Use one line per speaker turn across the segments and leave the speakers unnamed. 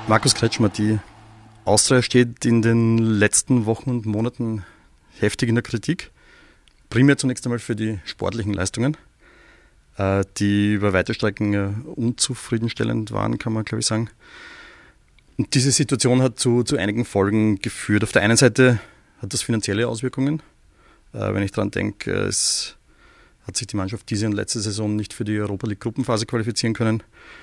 Markus Kretschmer, die Austria steht in den letzten Wochen und Monaten heftig in der Kritik. Primär zunächst einmal für die sportlichen Leistungen, die über weite Strecken unzufriedenstellend waren, kann man glaube ich sagen. Und diese Situation hat zu einigen Folgen geführt. Auf der einen Seite hat das finanzielle Auswirkungen. Wenn ich daran denke, es hat sich die Mannschaft diese und letzte Saison nicht für die Europa League Gruppenphase qualifizieren können.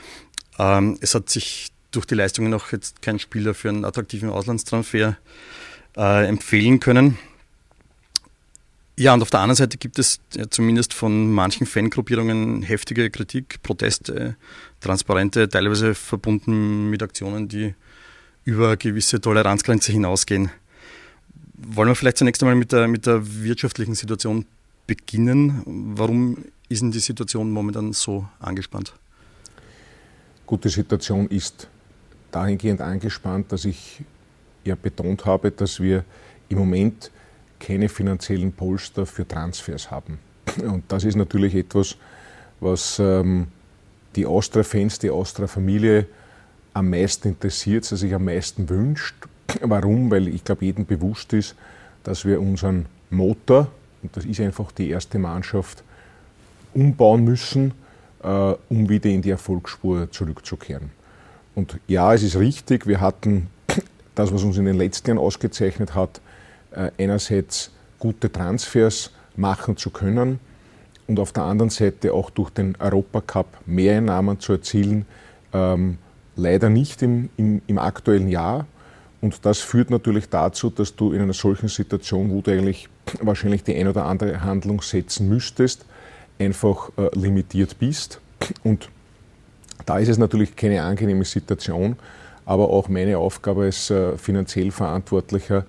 Es hat sich durch die Leistungen auch jetzt kein Spieler für einen attraktiven Auslandstransfer empfehlen können. Ja, und auf der anderen Seite gibt es zumindest von manchen Fangruppierungen heftige Kritik, Proteste, Transparente, teilweise verbunden mit Aktionen, die über gewisse Toleranzgrenze hinausgehen. Wollen wir vielleicht zunächst einmal mit der wirtschaftlichen Situation beginnen? Warum ist denn die Situation momentan so angespannt?
Gut, die Situation ist dahingehend angespannt, dass ich ja betont habe, dass wir im Moment keine finanziellen Polster für Transfers haben. Und das ist natürlich etwas, was die Austria-Fans, die Austria-Familie am meisten interessiert, was sich am meisten wünscht. Warum? Weil ich glaube, jedem bewusst ist, dass wir unseren Motor, und das ist einfach die erste Mannschaft, umbauen müssen, um wieder in die Erfolgsspur zurückzukehren. Und ja, es ist richtig, wir hatten das, was uns in den letzten Jahren ausgezeichnet hat, einerseits gute Transfers machen zu können und auf der anderen Seite auch durch den Europacup Mehreinnahmen zu erzielen, leider nicht im aktuellen Jahr. Und das führt natürlich dazu, dass du in einer solchen Situation, wo du eigentlich wahrscheinlich die ein oder andere Handlung setzen müsstest, einfach limitiert bist. Und da ist es natürlich keine angenehme Situation, aber auch meine Aufgabe als finanziell Verantwortlicher,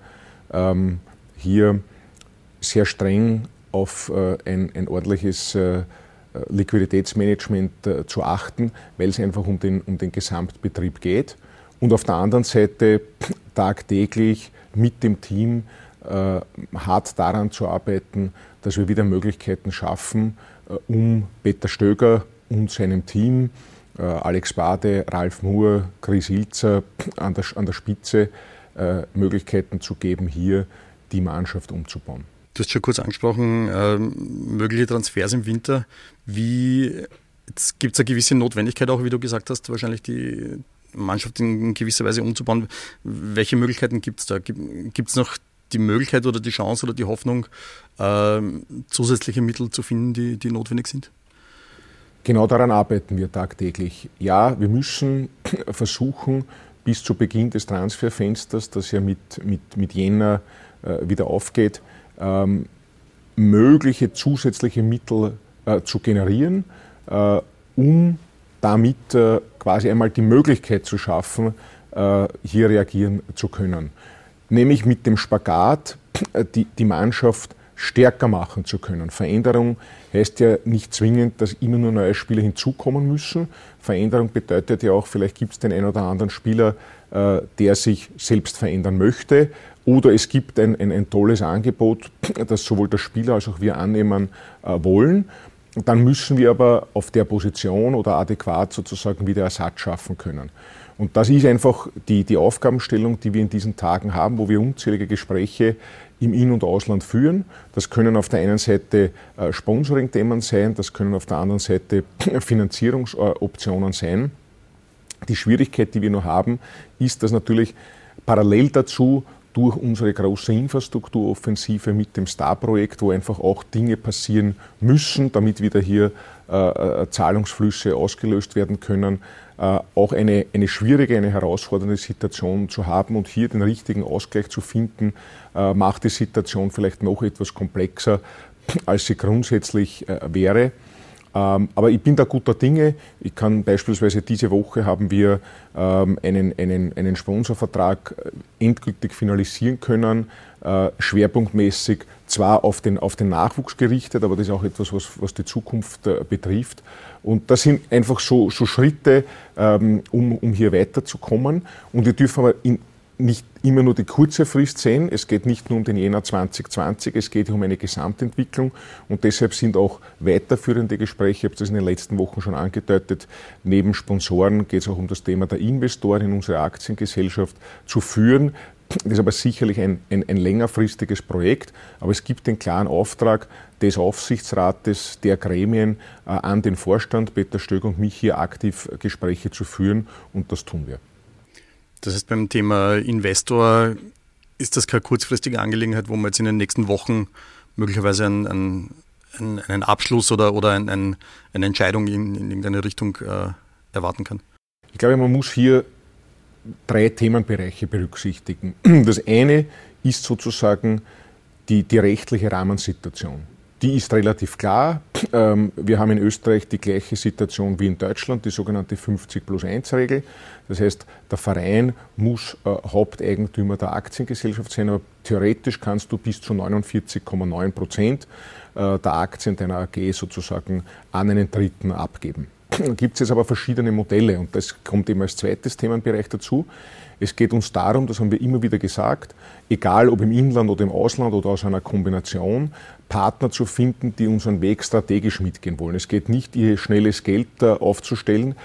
hier sehr streng auf ein ordentliches Liquiditätsmanagement zu achten, weil es einfach um den Gesamtbetrieb geht. Und auf der anderen Seite tagtäglich mit dem Team hart daran zu arbeiten, dass wir wieder Möglichkeiten schaffen, um Peter Stöger und seinem Team, Alex Bade, Ralf Muhr, Chris Ilzer an der Spitze, Möglichkeiten zu geben, hier die Mannschaft umzubauen.
Du hast schon kurz angesprochen, mögliche Transfers im Winter. Jetzt gibt es eine gewisse Notwendigkeit auch, wie du gesagt hast, wahrscheinlich die Mannschaft in gewisser Weise umzubauen. Welche Möglichkeiten gibt es da? Gibt es noch die Möglichkeit oder die Chance oder die Hoffnung, zusätzliche Mittel zu finden, die notwendig sind?
Genau daran arbeiten wir tagtäglich. Ja, wir müssen versuchen, bis zu Beginn des Transferfensters, das ja mit Jänner wieder aufgeht, mögliche zusätzliche Mittel zu generieren, um damit quasi einmal die Möglichkeit zu schaffen, hier reagieren zu können. Nämlich mit dem Spagat die Mannschaft stärker machen zu können. Veränderung heißt ja nicht zwingend, dass immer nur neue Spieler hinzukommen müssen. Veränderung bedeutet ja auch, vielleicht gibt es den einen oder anderen Spieler, der sich selbst verändern möchte. Oder es gibt ein tolles Angebot, das sowohl der Spieler als auch wir annehmen wollen. Dann müssen wir aber auf der Position oder adäquat sozusagen wieder Ersatz schaffen können. Und das ist einfach die Aufgabenstellung, die wir in diesen Tagen haben, wo wir unzählige Gespräche im In- und Ausland führen. Das können auf der einen Seite Sponsoring-Themen sein, das können auf der anderen Seite Finanzierungsoptionen sein. Die Schwierigkeit, die wir noch haben, ist, dass natürlich parallel dazu durch unsere große Infrastrukturoffensive mit dem Star-Projekt, wo einfach auch Dinge passieren müssen, damit wieder hier Zahlungsflüsse ausgelöst werden können, auch eine schwierige, eine herausfordernde Situation zu haben und hier den richtigen Ausgleich zu finden, macht die Situation vielleicht noch etwas komplexer, als sie grundsätzlich wäre. Aber ich bin da guter Dinge. Ich kann beispielsweise diese Woche haben wir einen Sponsorvertrag endgültig finalisieren können, schwerpunktmäßig zwar auf den Nachwuchs gerichtet, aber das ist auch etwas, was die Zukunft betrifft. Und das sind einfach so Schritte, um hier weiterzukommen. Und wir dürfen aber nicht immer nur die kurze Frist sehen. Es geht nicht nur um den Jänner 2020, es geht um eine Gesamtentwicklung und deshalb sind auch weiterführende Gespräche, ich habe das in den letzten Wochen schon angedeutet, neben Sponsoren geht es auch um das Thema der Investoren in unsere Aktiengesellschaft zu führen. Das ist aber sicherlich ein längerfristiges Projekt, aber es gibt den klaren Auftrag des Aufsichtsrates, der Gremien an den Vorstand, Peter Stöger und mich, hier aktiv Gespräche zu führen und das tun wir.
Das heißt, beim Thema Investor ist das keine kurzfristige Angelegenheit, wo man jetzt in den nächsten Wochen möglicherweise einen Abschluss oder eine Entscheidung in irgendeine Richtung erwarten kann?
Ich glaube, man muss hier 3 Themenbereiche berücksichtigen. Das eine ist sozusagen die rechtliche Rahmensituation. Die ist relativ klar. Wir haben in Österreich die gleiche Situation wie in Deutschland, die sogenannte 50+1-Regel. Das heißt, der Verein muss Haupteigentümer der Aktiengesellschaft sein, aber theoretisch kannst du bis zu 49,9% der Aktien deiner AG sozusagen an einen Dritten abgeben. Da gibt es jetzt aber verschiedene Modelle und das kommt eben als zweites Themenbereich dazu. Es geht uns darum, das haben wir immer wieder gesagt, egal ob im Inland oder im Ausland oder aus einer Kombination, Partner zu finden, die unseren Weg strategisch mitgehen wollen. Es geht nicht, ihr schnelles Geld aufzustellen,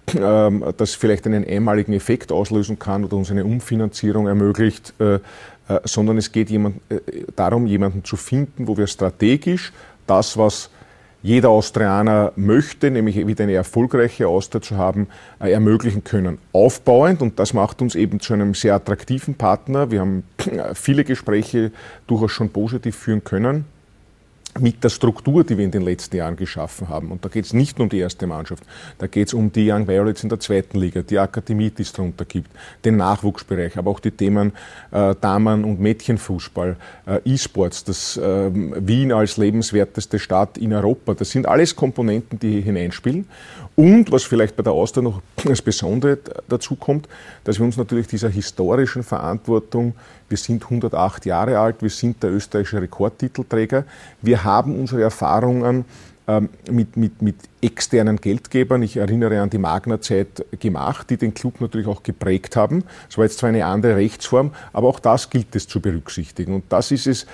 das vielleicht einen einmaligen Effekt auslösen kann oder uns eine Umfinanzierung ermöglicht, sondern es geht darum, jemanden zu finden, wo wir strategisch das, was jeder Austrianer möchte, nämlich wieder eine erfolgreiche Austria zu haben, ermöglichen können. Aufbauend, und das macht uns eben zu einem sehr attraktiven Partner. Wir haben viele Gespräche durchaus schon positiv führen können mit der Struktur, die wir in den letzten Jahren geschaffen haben. Und da geht es nicht nur um die erste Mannschaft, da geht es um die Young Violets in der zweiten Liga, die Akademie, die es darunter gibt, den Nachwuchsbereich, aber auch die Themen Damen- und Mädchenfußball, E-Sports, das Wien als lebenswerteste Stadt in Europa. Das sind alles Komponenten, die hier hineinspielen. Und was vielleicht bei der Austria noch als Besondere dazu kommt, dass wir uns natürlich dieser historischen Verantwortung, wir sind 108 Jahre alt, wir sind der österreichische Rekordtitelträger, wir haben unsere Erfahrungen mit externen Geldgebern, ich erinnere an die Magna-Zeit, gemacht, die den Club natürlich auch geprägt haben. Es war jetzt zwar eine andere Rechtsform, aber auch das gilt es zu berücksichtigen. Und das ist es,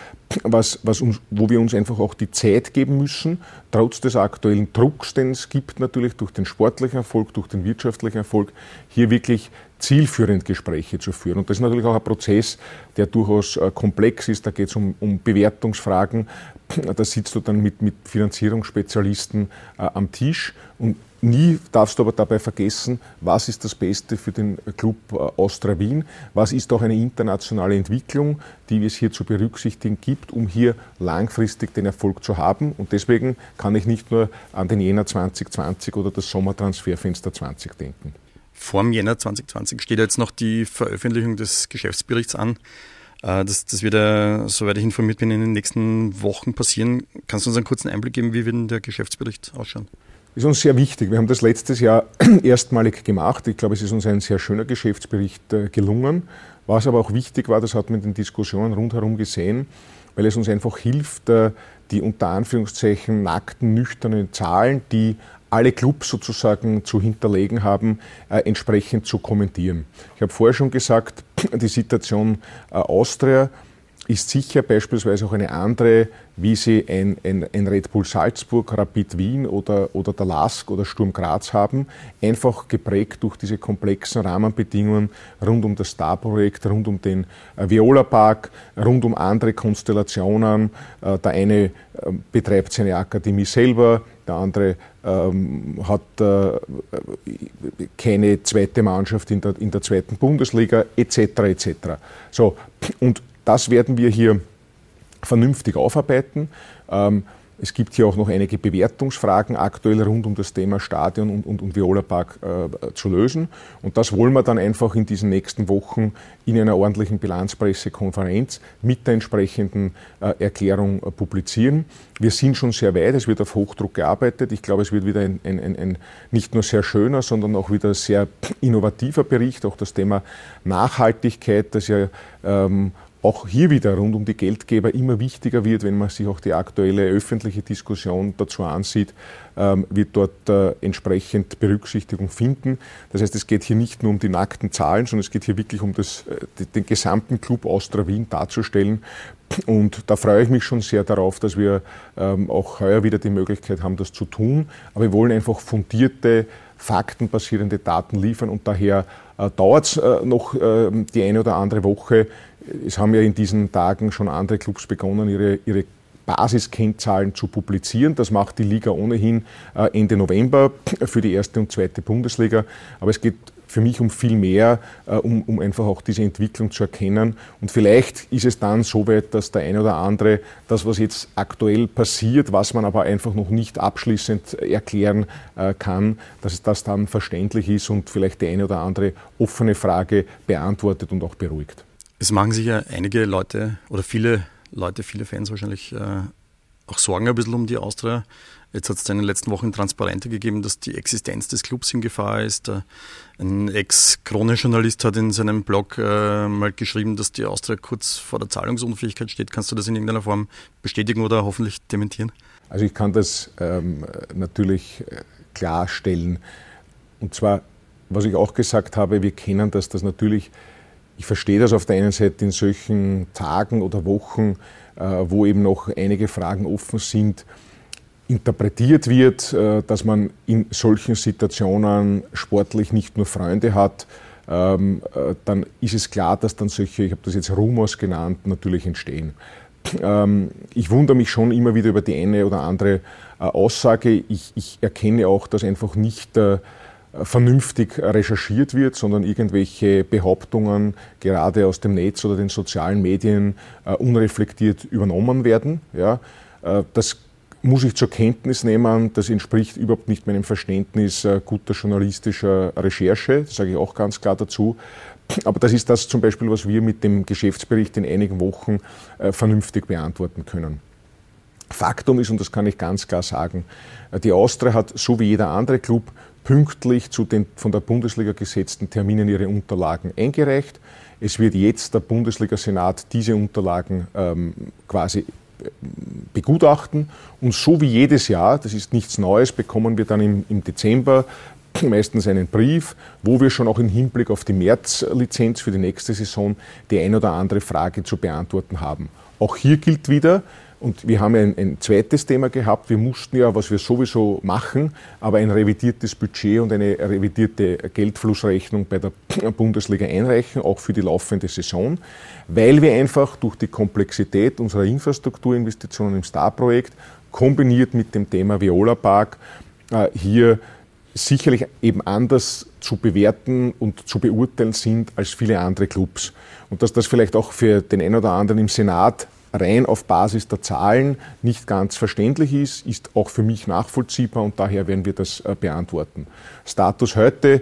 wo wir uns einfach auch die Zeit geben müssen, trotz des aktuellen Drucks, den es gibt natürlich durch den sportlichen Erfolg, durch den wirtschaftlichen Erfolg, hier wirklich zielführend Gespräche zu führen. Und das ist natürlich auch ein Prozess, der durchaus komplex ist. Da geht es um Bewertungsfragen. Da sitzt du dann mit Finanzierungsspezialisten am Tisch. Und nie darfst du aber dabei vergessen, was ist das Beste für den Club Austria Wien? Was ist auch eine internationale Entwicklung, die es hier zu berücksichtigen gibt, um hier langfristig den Erfolg zu haben? Und deswegen kann ich nicht nur an den Jänner 2020 oder das Sommertransferfenster 20 denken.
Vor dem Jänner 2020 steht jetzt noch die Veröffentlichung des Geschäftsberichts an. Das wird ja, soweit ich informiert bin, in den nächsten Wochen passieren. Kannst du uns einen kurzen Einblick geben, wie wird denn der Geschäftsbericht ausschauen?
Das ist uns sehr wichtig. Wir haben das letztes Jahr erstmalig gemacht. Ich glaube, es ist uns ein sehr schöner Geschäftsbericht gelungen. Was aber auch wichtig war, das hat man in den Diskussionen rundherum gesehen, weil es uns einfach hilft, die unter Anführungszeichen nackten, nüchternen Zahlen, die alle Clubs sozusagen zu hinterlegen haben, entsprechend zu kommentieren. Ich habe vorher schon gesagt, die Situation Austria ist sicher beispielsweise auch eine andere, wie sie ein Red Bull Salzburg, Rapid Wien oder der LASK oder Sturm Graz haben, einfach geprägt durch diese komplexen Rahmenbedingungen rund um das Star-Projekt, rund um den Viola Park, rund um andere Konstellationen. Der eine betreibt seine Akademie selber, der andere hat keine zweite Mannschaft in der zweiten Bundesliga, etc. etc. So, und das werden wir hier vernünftig aufarbeiten. Es gibt hier auch noch einige Bewertungsfragen aktuell rund um das Thema Stadion und Viola Park zu lösen. Und das wollen wir dann einfach in diesen nächsten Wochen in einer ordentlichen Bilanzpressekonferenz mit der entsprechenden Erklärung publizieren. Wir sind schon sehr weit, es wird auf Hochdruck gearbeitet. Ich glaube, es wird wieder ein nicht nur sehr schöner, sondern auch wieder sehr innovativer Bericht. Auch das Thema Nachhaltigkeit, das ja auch hier wieder rund um die Geldgeber immer wichtiger wird, wenn man sich auch die aktuelle öffentliche Diskussion dazu ansieht, wird dort entsprechend Berücksichtigung finden. Das heißt, es geht hier nicht nur um die nackten Zahlen, sondern es geht hier wirklich um den gesamten Club Austria Wien darzustellen. Und da freue ich mich schon sehr darauf, dass wir auch heuer wieder die Möglichkeit haben, das zu tun. Aber wir wollen einfach fundierte, faktenbasierende Daten liefern und daher dauert es noch die eine oder andere Woche. Es haben ja in diesen Tagen schon andere Clubs begonnen, ihre Basiskennzahlen zu publizieren. Das macht die Liga ohnehin Ende November für die erste und zweite Bundesliga. Aber es geht für mich um viel mehr, um einfach auch diese Entwicklung zu erkennen. Und vielleicht ist es dann so weit, dass der eine oder andere das, was jetzt aktuell passiert, was man aber einfach noch nicht abschließend erklären kann, dass das dann verständlich ist und vielleicht die eine oder andere offene Frage beantwortet und auch beruhigt.
Es machen sich ja einige Leute oder viele Leute, viele Fans wahrscheinlich auch Sorgen ein bisschen um die Austria. Jetzt hat es in den letzten Wochen Transparente gegeben, dass die Existenz des Clubs in Gefahr ist. Ein Ex-Krone-Journalist hat in seinem Blog mal geschrieben, dass die Austria kurz vor der Zahlungsunfähigkeit steht. Kannst du das in irgendeiner Form bestätigen oder hoffentlich dementieren?
Also ich kann das natürlich klarstellen. Und zwar, was ich auch gesagt habe, wir kennen das natürlich. Ich verstehe das auf der einen Seite in solchen Tagen oder Wochen, wo eben noch einige Fragen offen sind, interpretiert wird, dass man in solchen Situationen sportlich nicht nur Freunde hat, dann ist es klar, dass dann solche, ich habe das jetzt Rumors genannt, natürlich entstehen. Ich wundere mich schon immer wieder über die eine oder andere Aussage. Ich erkenne auch, dass einfach nicht vernünftig recherchiert wird, sondern irgendwelche Behauptungen gerade aus dem Netz oder den sozialen Medien unreflektiert übernommen werden. Ja, das muss ich zur Kenntnis nehmen. Das entspricht überhaupt nicht meinem Verständnis guter journalistischer Recherche. Das sage ich auch ganz klar dazu. Aber das ist das zum Beispiel, was wir mit dem Geschäftsbericht in einigen Wochen vernünftig beantworten können. Faktum ist, und das kann ich ganz klar sagen, die Austria hat, so wie jeder andere Club, pünktlich zu den von der Bundesliga gesetzten Terminen ihre Unterlagen eingereicht. Es wird jetzt der Bundesliga-Senat diese Unterlagen quasi begutachten. Und so wie jedes Jahr, das ist nichts Neues, bekommen wir dann im Dezember meistens einen Brief, wo wir schon auch im Hinblick auf die März-Lizenz für die nächste Saison die ein oder andere Frage zu beantworten haben. Auch hier gilt wieder, und wir haben ein zweites Thema gehabt. Wir mussten ja, was wir sowieso machen, aber ein revidiertes Budget und eine revidierte Geldflussrechnung bei der Bundesliga einreichen, auch für die laufende Saison, weil wir einfach durch die Komplexität unserer Infrastrukturinvestitionen im Star-Projekt kombiniert mit dem Thema Viola Park hier sicherlich eben anders zu bewerten und zu beurteilen sind als viele andere Clubs. Und dass das vielleicht auch für den einen oder anderen im Senat rein auf Basis der Zahlen nicht ganz verständlich ist auch für mich nachvollziehbar und daher werden wir das beantworten. Status heute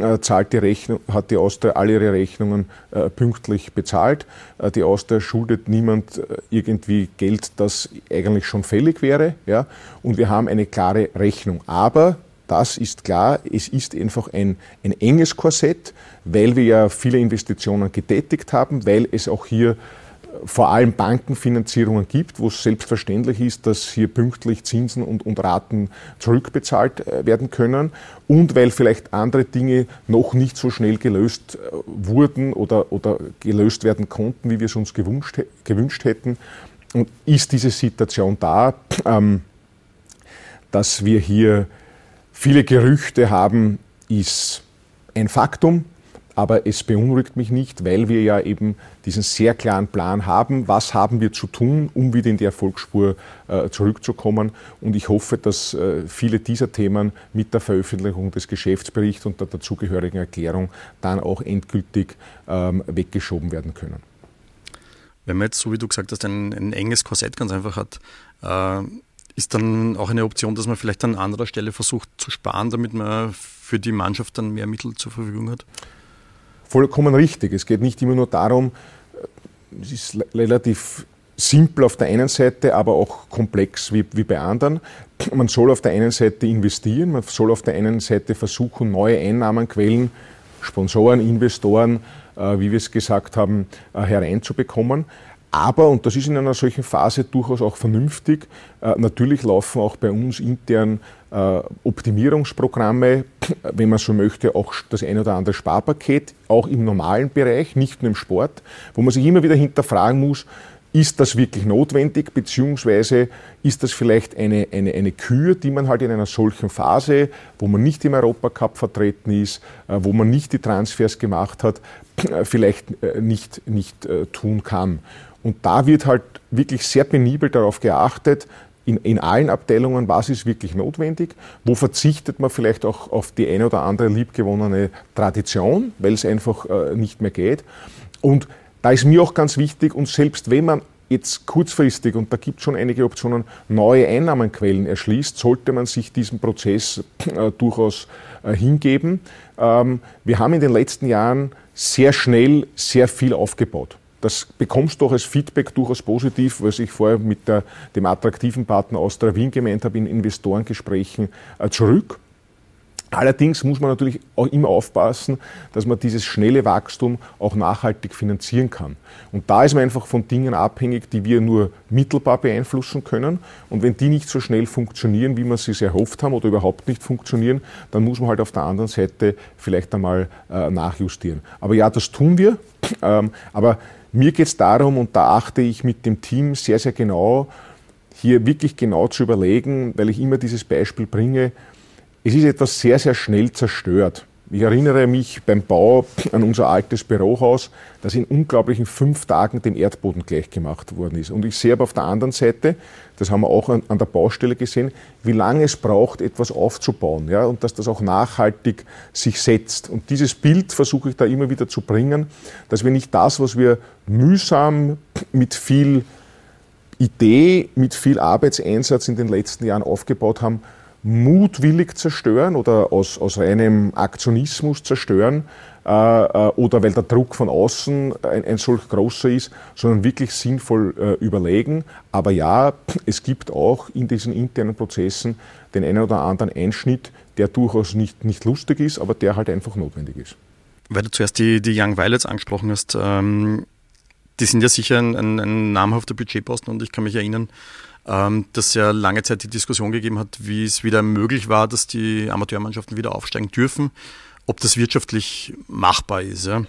hat die Austria alle ihre Rechnungen pünktlich bezahlt. Die Austria schuldet niemand irgendwie Geld, das eigentlich schon fällig wäre. Ja? Und wir haben eine klare Rechnung. Aber das ist klar, es ist einfach ein enges Korsett, weil wir ja viele Investitionen getätigt haben, weil es auch hier vor allem Bankenfinanzierungen gibt, wo es selbstverständlich ist, dass hier pünktlich Zinsen und Raten zurückbezahlt werden können und weil vielleicht andere Dinge noch nicht so schnell gelöst wurden oder gelöst werden konnten, wie wir es uns gewünscht hätten. Und ist diese Situation da, dass wir hier viele Gerüchte haben, ist ein Faktum. Aber es beunruhigt mich nicht, weil wir ja eben diesen sehr klaren Plan haben, was haben wir zu tun, um wieder in die Erfolgsspur zurückzukommen. Und ich hoffe, dass viele dieser Themen mit der Veröffentlichung des Geschäftsberichts und der dazugehörigen Erklärung dann auch endgültig weggeschoben werden können.
Wenn man jetzt, so wie du gesagt hast, ein enges Korsett ganz einfach hat, ist dann auch eine Option, dass man vielleicht an anderer Stelle versucht zu sparen, damit man für die Mannschaft dann mehr Mittel zur Verfügung hat?
Vollkommen richtig. Es geht nicht immer nur darum, es ist relativ simpel auf der einen Seite, aber auch komplex wie bei anderen. Man soll auf der einen Seite investieren, man soll auf der einen Seite versuchen, neue Einnahmenquellen, Sponsoren, Investoren wie wir es gesagt haben, hereinzubekommen. Aber, und das ist in einer solchen Phase durchaus auch vernünftig, natürlich laufen auch bei uns intern Optimierungsprogramme, wenn man so möchte, auch das ein oder andere Sparpaket, auch im normalen Bereich, nicht nur im Sport, wo man sich immer wieder hinterfragen muss, ist das wirklich notwendig, beziehungsweise ist das vielleicht eine Kür, die man halt in einer solchen Phase, wo man nicht im Europacup vertreten ist, wo man nicht die Transfers gemacht hat, vielleicht nicht tun kann. Und da wird halt wirklich sehr penibel darauf geachtet, in allen Abteilungen, was ist wirklich notwendig, wo verzichtet man vielleicht auch auf die eine oder andere liebgewonnene Tradition, weil es einfach nicht mehr geht. Und da ist mir auch ganz wichtig, und selbst wenn man jetzt kurzfristig, und da gibt es schon einige Optionen, neue Einnahmenquellen erschließt, sollte man sich diesem Prozess durchaus hingeben. Wir haben in den letzten Jahren sehr schnell sehr viel aufgebaut. Das bekommst du auch als Feedback durchaus positiv, was ich vorher mit dem attraktiven Partner Austria Wien gemeint habe, in Investorengesprächen zurück. Allerdings muss man natürlich auch immer aufpassen, dass man dieses schnelle Wachstum auch nachhaltig finanzieren kann. Und da ist man einfach von Dingen abhängig, die wir nur mittelbar beeinflussen können. Und wenn die nicht so schnell funktionieren, wie wir sie erhofft haben oder überhaupt nicht funktionieren, dann muss man halt auf der anderen Seite vielleicht einmal nachjustieren. Aber ja, das tun wir. Aber mir geht es darum, und da achte ich mit dem Team sehr, sehr genau, hier wirklich genau zu überlegen, weil ich immer dieses Beispiel bringe, es ist etwas sehr, sehr schnell zerstört. Ich erinnere mich beim Bau an unser altes Bürohaus, das in unglaublichen 5 Tagen dem Erdboden gleichgemacht worden ist. Und ich sehe aber auf der anderen Seite, das haben wir auch an der Baustelle gesehen, wie lange es braucht, etwas aufzubauen, ja, und dass das auch nachhaltig sich setzt. Und dieses Bild versuche ich da immer wieder zu bringen, dass wir nicht das, was wir mühsam mit viel Idee, mit viel Arbeitseinsatz in den letzten Jahren aufgebaut haben, mutwillig zerstören oder aus reinem Aktionismus zerstören oder weil der Druck von außen ein solch großer ist, sondern wirklich sinnvoll überlegen. Aber ja, es gibt auch in diesen internen Prozessen den einen oder anderen Einschnitt, der durchaus nicht lustig ist, aber der halt einfach notwendig ist.
Weil du zuerst die Young Violets angesprochen hast, die sind ja sicher ein namhafter Budgetposten, und ich kann mich erinnern, dass es ja lange Zeit die Diskussion gegeben hat, wie es wieder möglich war, dass die Amateurmannschaften wieder aufsteigen dürfen, ob das wirtschaftlich machbar ist. Ja.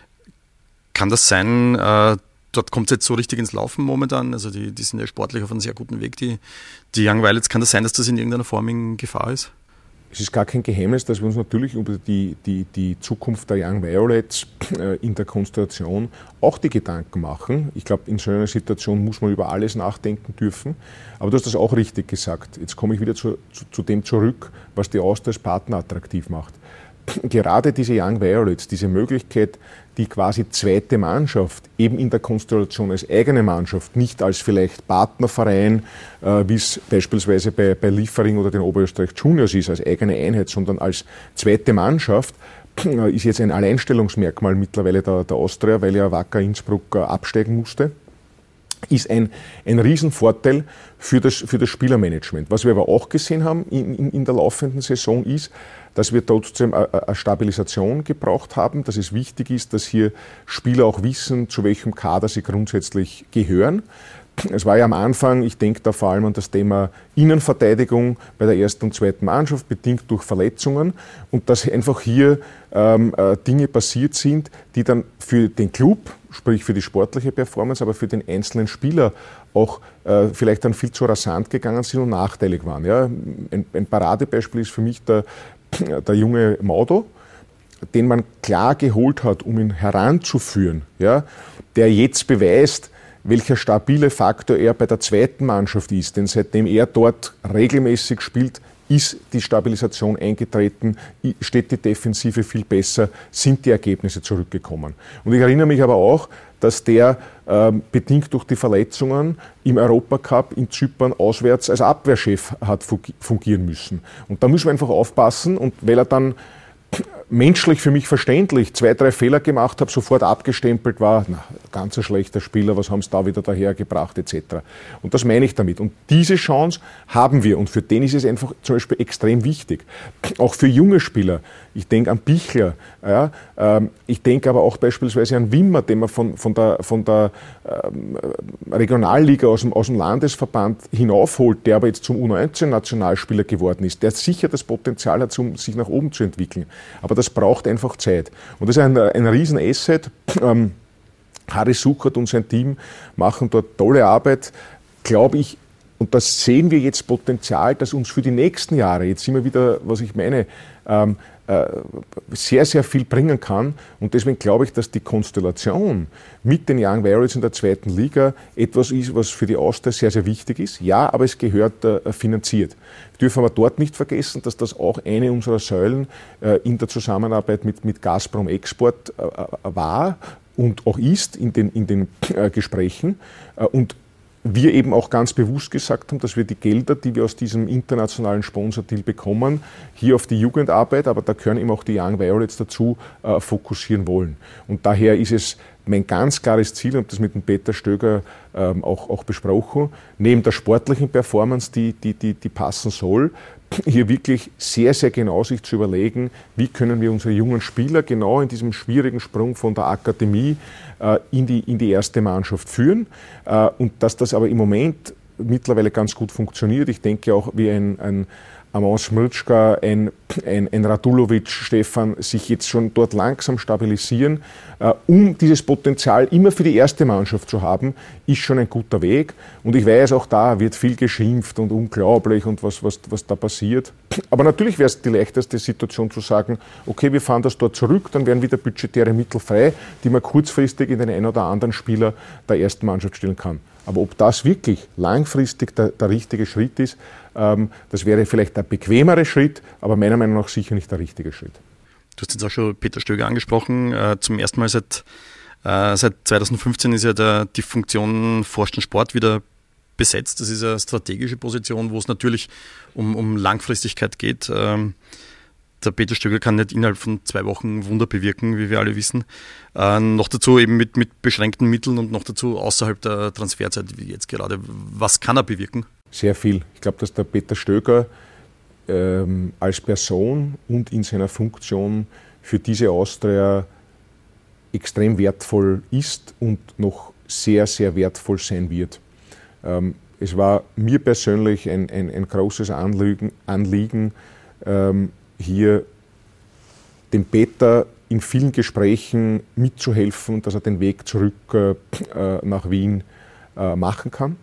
Kann das sein, dort kommt es jetzt so richtig ins Laufen momentan, also die sind ja sportlich auf einem sehr guten Weg, die Young Violets. Kann das sein, dass das in irgendeiner Form in Gefahr ist?
Es ist gar kein Geheimnis, dass wir uns natürlich über die Zukunft der Young Violets in der Konstellation auch die Gedanken machen. Ich glaube, in so einer Situation muss man über alles nachdenken dürfen. Aber du hast das auch richtig gesagt. Jetzt komme ich wieder zu dem zurück, was die Austria als Partner attraktiv macht. Gerade diese Young Violets, diese Möglichkeit, die quasi zweite Mannschaft eben in der Konstellation als eigene Mannschaft, nicht als vielleicht Partnerverein, wie es beispielsweise bei Liefering oder den Oberösterreich Juniors ist, als eigene Einheit, sondern als zweite Mannschaft, ist jetzt ein Alleinstellungsmerkmal mittlerweile der Austria, weil ja Wacker Innsbruck absteigen musste, ist ein Riesenvorteil für das Spielermanagement. Was wir aber auch gesehen haben in der laufenden Saison ist, dass wir trotzdem eine Stabilisation gebraucht haben, dass es wichtig ist, dass hier Spieler auch wissen, zu welchem Kader sie grundsätzlich gehören. Es war ja am Anfang, ich denke da vor allem an das Thema Innenverteidigung bei der ersten und zweiten Mannschaft, bedingt durch Verletzungen, und dass einfach hier Dinge passiert sind, die dann für den Club, sprich für die sportliche Performance, aber für den einzelnen Spieler auch vielleicht dann viel zu rasant gegangen sind und nachteilig waren. Ja. Ein Paradebeispiel ist für mich der junge Maudo, den man klar geholt hat, um ihn heranzuführen, ja, der jetzt beweist, welcher stabile Faktor er bei der zweiten Mannschaft ist. Denn seitdem er dort regelmäßig spielt, ist die Stabilisation eingetreten, steht die Defensive viel besser, sind die Ergebnisse zurückgekommen. Und ich erinnere mich aber auch, dass der bedingt durch die Verletzungen im Europacup in Zypern auswärts als Abwehrchef hat fungieren müssen. Und da müssen wir einfach aufpassen, und weil er dann menschlich für mich verständlich, 2, 3 Fehler gemacht habe, sofort abgestempelt war, na, ganz ein schlechter Spieler, was haben sie da wieder dahergebracht, etc. Und das meine ich damit. Und diese Chance haben wir und für den ist es einfach zum Beispiel extrem wichtig. Auch für junge Spieler. Ich denke an Bichler, ja, ich denke aber auch beispielsweise an Wimmer, den man von der Regionalliga aus dem Landesverband hinaufholt, der aber jetzt zum U19-Nationalspieler geworden ist, der sicher das Potenzial hat, sich nach oben zu entwickeln. Aber das braucht einfach Zeit. Und das ist ein Riesen-Asset. Harry Suchert und sein Team machen dort tolle Arbeit, glaube ich. Und das sehen wir jetzt Potenzial, das uns für die nächsten Jahre, jetzt immer wieder, was ich meine, sehr, sehr viel bringen kann. Und deswegen glaube ich, dass die Konstellation mit den Young Violets in der 2. Liga etwas ist, was für die Austria sehr, sehr wichtig ist. Ja, aber es gehört finanziert. Wir dürfen aber dort nicht vergessen, dass das auch eine unserer Säulen in der Zusammenarbeit mit Gazprom Export war und auch ist in den Gesprächen. Und wir eben auch ganz bewusst gesagt haben, dass wir die Gelder, die wir aus diesem internationalen Sponsordeal bekommen, hier auf die Jugendarbeit, aber da gehören eben auch die Young Violets dazu, fokussieren wollen. Und daher ist es mein ganz klares Ziel, ich habe das mit dem Peter Stöger auch besprochen, neben der sportlichen Performance, die passen soll, hier wirklich sehr, sehr genau sich zu überlegen, wie können wir unsere jungen Spieler genau in diesem schwierigen Sprung von der Akademie in die erste Mannschaft führen. Und dass das aber im Moment mittlerweile ganz gut funktioniert. Ich denke auch, wie ein Amon Smrčka, ein Radulovic, Stefan, sich jetzt schon dort langsam stabilisieren, um dieses Potenzial immer für die erste Mannschaft zu haben, ist schon ein guter Weg. Und ich weiß, auch da wird viel geschimpft und unglaublich und was da passiert. Aber natürlich wäre es die leichteste Situation zu sagen, okay, wir fahren das dort zurück, dann werden wieder budgetäre Mittel frei, die man kurzfristig in den einen oder anderen Spieler der ersten Mannschaft stellen kann. Aber ob das wirklich langfristig der richtige Schritt ist, das wäre vielleicht der bequemere Schritt, aber meiner Meinung nach sicher nicht der richtige Schritt.
Du hast jetzt auch schon Peter Stöger angesprochen. Zum ersten Mal seit 2015 ist ja die Funktion Vorstand Sport wieder besetzt. Das ist eine strategische Position, wo es natürlich um Langfristigkeit geht. Der Peter Stöger kann nicht innerhalb von 2 Wochen Wunder bewirken, wie wir alle wissen. Noch dazu eben mit beschränkten Mitteln und noch dazu außerhalb der Transferzeit, wie jetzt gerade. Was kann er bewirken?
Sehr viel. Ich glaube, dass der Peter Stöger als Person und in seiner Funktion für diese Austria extrem wertvoll ist und noch sehr, sehr wertvoll sein wird. Es war mir persönlich ein großes Anliegen, hier dem Peter in vielen Gesprächen mitzuhelfen, dass er den Weg zurück nach Wien machen kann.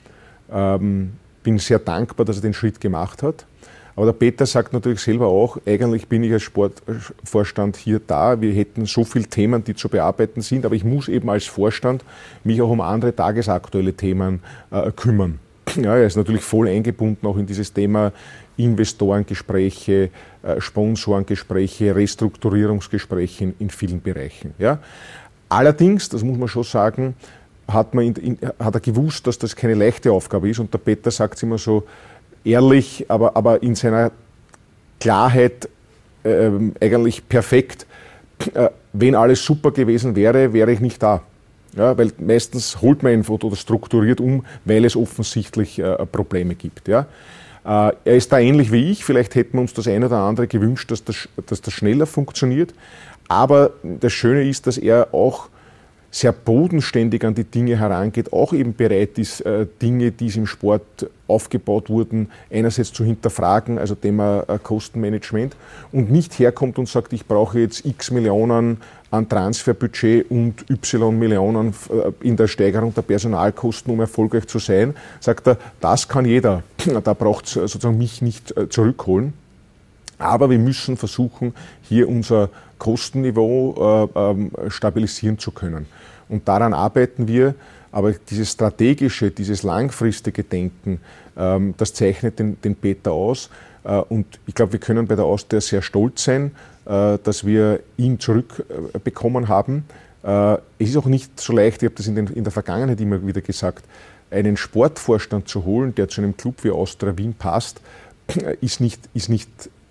Bin sehr dankbar, dass er den Schritt gemacht hat. Aber der Peter sagt natürlich selber auch, eigentlich bin ich als Sportvorstand hier da. Wir hätten so viele Themen, die zu bearbeiten sind, aber ich muss eben als Vorstand mich auch um andere tagesaktuelle Themen kümmern. Ja, er ist natürlich voll eingebunden auch in dieses Thema Investorengespräche, Sponsorengespräche, Restrukturierungsgespräche in vielen Bereichen. Ja. Allerdings, das muss man schon sagen, hat er gewusst, dass das keine leichte Aufgabe ist und der Peter sagt es immer so ehrlich, aber in seiner Klarheit eigentlich perfekt. Wenn alles super gewesen wäre, wäre ich nicht da. Ja, weil meistens holt man ihn oder strukturiert weil es offensichtlich Probleme gibt. Ja. Er ist da ähnlich wie ich, vielleicht hätten wir uns das eine oder andere gewünscht, dass das schneller funktioniert. Aber das Schöne ist, dass er auch sehr bodenständig an die Dinge herangeht, auch eben bereit ist, Dinge, die im Sport aufgebaut wurden, einerseits zu hinterfragen, also Thema Kostenmanagement, und nicht herkommt und sagt, ich brauche jetzt x Millionen an Transferbudget und y Millionen in der Steigerung der Personalkosten, um erfolgreich zu sein, sagt er, das kann jeder, da braucht es sozusagen mich nicht zurückholen. Aber wir müssen versuchen, hier unser Kostenniveau stabilisieren zu können. Und daran arbeiten wir. Aber dieses strategische, dieses langfristige Denken, das zeichnet den Peter aus. Und ich glaube, wir können bei der Austria sehr stolz sein, dass wir ihn zurückbekommen haben. Es ist auch nicht so leicht, ich habe das in der Vergangenheit immer wieder gesagt, einen Sportvorstand zu holen, der zu einem Club wie Austria Wien passt, ist nicht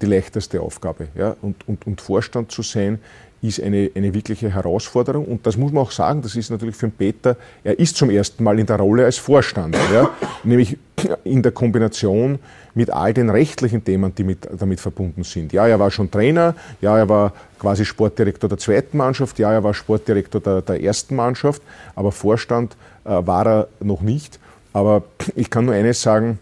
die leichteste Aufgabe. Ja? Und Vorstand zu sein, ist eine wirkliche Herausforderung. Und das muss man auch sagen, das ist natürlich für den Peter, er ist zum ersten Mal in der Rolle als Vorstand. Ja? Nämlich in der Kombination mit all den rechtlichen Themen, die damit verbunden sind. Ja, er war schon Trainer, ja, er war quasi Sportdirektor der zweiten Mannschaft, ja, er war Sportdirektor der ersten Mannschaft, aber Vorstand war er noch nicht. Aber ich kann nur eines sagen,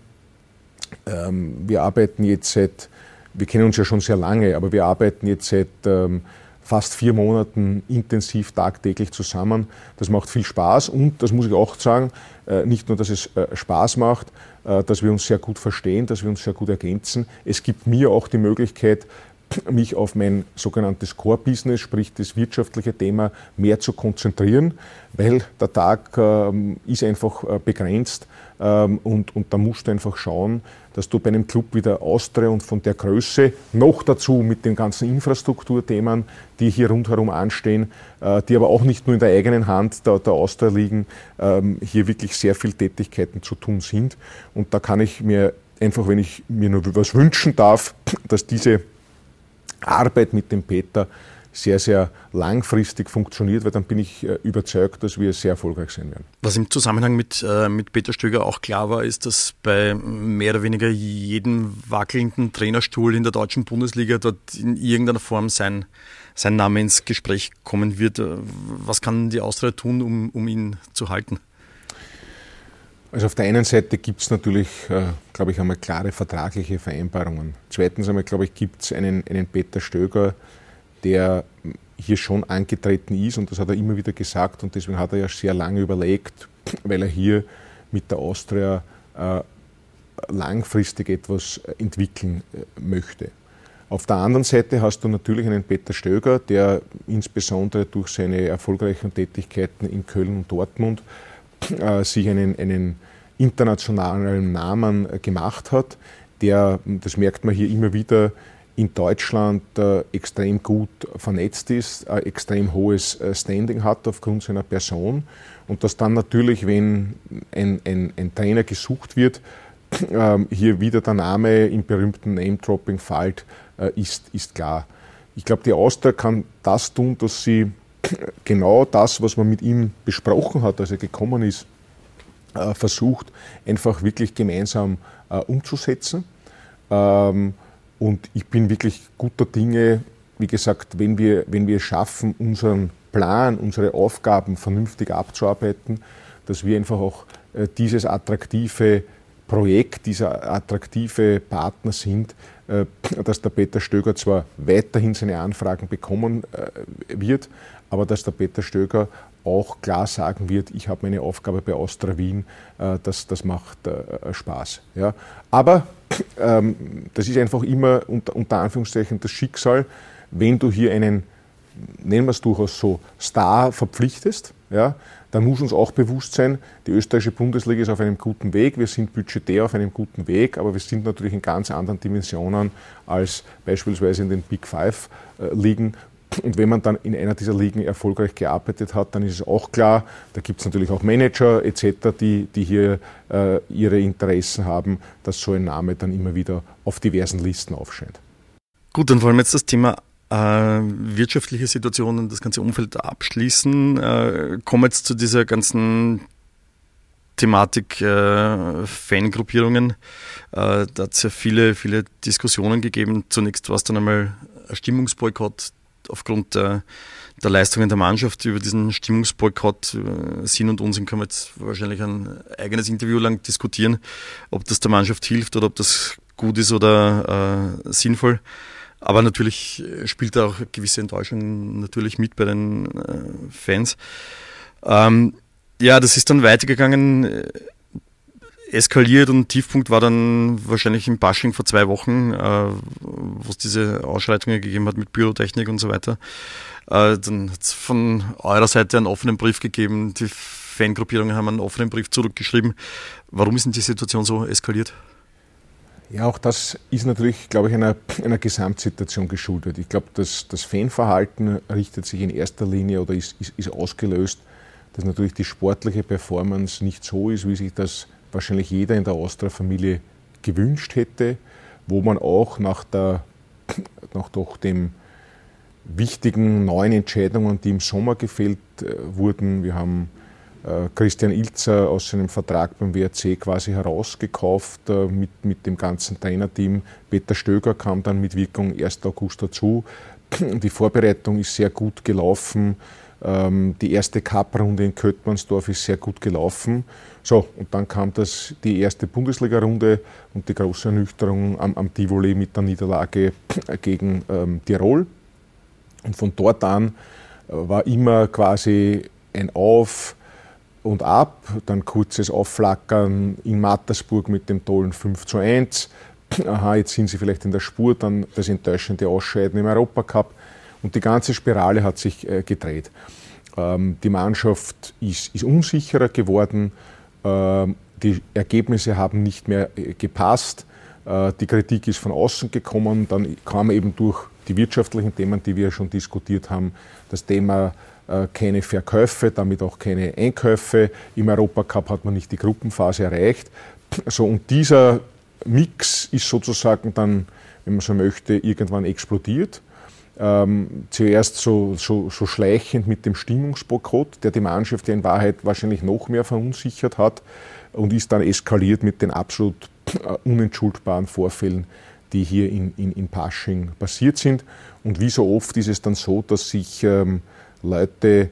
wir arbeiten jetzt wir kennen uns ja schon sehr lange, aber wir arbeiten jetzt seit fast 4 Monaten intensiv tagtäglich zusammen. Das macht viel Spaß und, das muss ich auch sagen, nicht nur, dass es Spaß macht, dass wir uns sehr gut verstehen, dass wir uns sehr gut ergänzen. Es gibt mir auch die Möglichkeit, mich auf mein sogenanntes Core-Business, sprich das wirtschaftliche Thema, mehr zu konzentrieren, weil der Tag ist einfach begrenzt und da musst du einfach schauen, dass du bei einem Club wie der Austria und von der Größe, noch dazu mit den ganzen Infrastrukturthemen, die hier rundherum anstehen, die aber auch nicht nur in der eigenen Hand der Austria liegen, hier wirklich sehr viele Tätigkeiten zu tun sind. Und da kann ich mir einfach, wenn ich mir nur was wünschen darf, dass diese Arbeit mit dem Peter sehr, sehr langfristig funktioniert, weil dann bin ich überzeugt, dass wir sehr erfolgreich sein werden.
Was im Zusammenhang mit Peter Stöger auch klar war, ist, dass bei mehr oder weniger jedem wackelnden Trainerstuhl in der deutschen Bundesliga dort in irgendeiner Form sein Name ins Gespräch kommen wird. Was kann die Austria tun, um ihn zu halten?
Also auf der einen Seite gibt es natürlich, glaube ich, einmal klare vertragliche Vereinbarungen. Zweitens einmal, glaube ich, gibt es einen Peter Stöger, der hier schon angetreten ist, und das hat er immer wieder gesagt, und deswegen hat er ja sehr lange überlegt, weil er hier mit der Austria langfristig etwas entwickeln möchte. Auf der anderen Seite hast du natürlich einen Peter Stöger, der insbesondere durch seine erfolgreichen Tätigkeiten in Köln und Dortmund sich einen internationalen Namen gemacht hat, der, das merkt man hier immer wieder, in Deutschland extrem gut vernetzt ist, extrem hohes Standing hat aufgrund seiner Person, und dass dann natürlich, wenn ein Trainer gesucht wird, hier wieder der Name im berühmten Name-Dropping fällt, ist klar. Ich glaube, die Austria kann das tun, dass sie genau das, was man mit ihm besprochen hat, als er gekommen ist, versucht, einfach wirklich gemeinsam umzusetzen. Und ich bin wirklich guter Dinge, wie gesagt, wenn wir es schaffen, unseren Plan, unsere Aufgaben vernünftig abzuarbeiten, dass wir einfach auch dieses attraktive Projekt, dieser attraktive Partner sind, dass der Peter Stöger zwar weiterhin seine Anfragen bekommen wird, aber dass der Peter Stöger auch klar sagen wird, ich habe meine Aufgabe bei Austria Wien, das macht Spaß. Ja. Aber das ist einfach immer unter Anführungszeichen das Schicksal, wenn du hier einen, nennen wir es durchaus so, Star verpflichtest, ja, dann muss uns auch bewusst sein, die österreichische Bundesliga ist auf einem guten Weg, wir sind budgetär auf einem guten Weg, aber wir sind natürlich in ganz anderen Dimensionen als beispielsweise in den Big Five Ligen. Und wenn man dann in einer dieser Ligen erfolgreich gearbeitet hat, dann ist es auch klar, da gibt es natürlich auch Manager etc., die hier ihre Interessen haben, dass so ein Name dann immer wieder auf diversen Listen aufscheint.
Gut, dann wollen wir jetzt das Thema wirtschaftliche Situation und das ganze Umfeld abschließen. Kommen wir jetzt zu dieser ganzen Thematik Fangruppierungen. Da hat es ja viele Diskussionen gegeben. Zunächst war es dann einmal ein Stimmungsboykott aufgrund der Leistungen der Mannschaft. Über diesen Stimmungsboykott, Sinn und Unsinn, können wir jetzt wahrscheinlich ein eigenes Interview lang diskutieren, ob das der Mannschaft hilft oder ob das gut ist oder sinnvoll. Aber natürlich spielt da auch eine gewisse Enttäuschung natürlich mit bei den Fans. Ja, das ist dann weitergegangen, eskaliert, und Tiefpunkt war dann wahrscheinlich im Bashing vor 2 Wochen, wo es diese Ausschreitungen gegeben hat mit Pyrotechnik und so weiter. Dann hat es von eurer Seite einen offenen Brief gegeben, die Fangruppierungen haben einen offenen Brief zurückgeschrieben. Warum ist denn die Situation so eskaliert?
Ja, auch das ist natürlich, glaube ich, einer Gesamtsituation geschuldet. Ich glaube, das Fanverhalten richtet sich in erster Linie oder ist ausgelöst, dass natürlich die sportliche Performance nicht so ist, wie sich das wahrscheinlich jeder in der Austria-Familie gewünscht hätte, wo man auch nach der nach doch den wichtigen neuen Entscheidungen, die im Sommer gefällt wurden. Wir haben Christian Ilzer aus seinem Vertrag beim WRC quasi herausgekauft mit dem ganzen Trainerteam. Peter Stöger kam dann mit Wirkung 1. August dazu. Die Vorbereitung ist sehr gut gelaufen. Die erste Cup-Runde in Köttmannsdorf ist sehr gut gelaufen. So, und dann kam die erste Bundesliga-Runde und die große Ernüchterung am Tivoli mit der Niederlage gegen Tirol. Und von dort an war immer quasi ein Auf und Ab, dann kurzes Aufflackern in Mattersburg mit dem tollen 5:1. Aha, jetzt sind sie vielleicht in der Spur, dann das enttäuschende Ausscheiden im Europacup. Und die ganze Spirale hat sich gedreht. Die Mannschaft ist unsicherer geworden, die Ergebnisse haben nicht mehr gepasst, die Kritik ist von außen gekommen, dann kam eben durch die wirtschaftlichen Themen, die wir schon diskutiert haben, das Thema keine Verkäufe, damit auch keine Einkäufe. Im Europacup hat man nicht die Gruppenphase erreicht. So, und dieser Mix ist sozusagen dann, wenn man so möchte, irgendwann explodiert. Zuerst so schleichend mit dem Stimmungsboykott, der die Mannschaft ja in Wahrheit wahrscheinlich noch mehr verunsichert hat, und ist dann eskaliert mit den absolut unentschuldbaren Vorfällen, die hier in Pasching passiert sind. Und wie so oft ist es dann so, dass sich Leute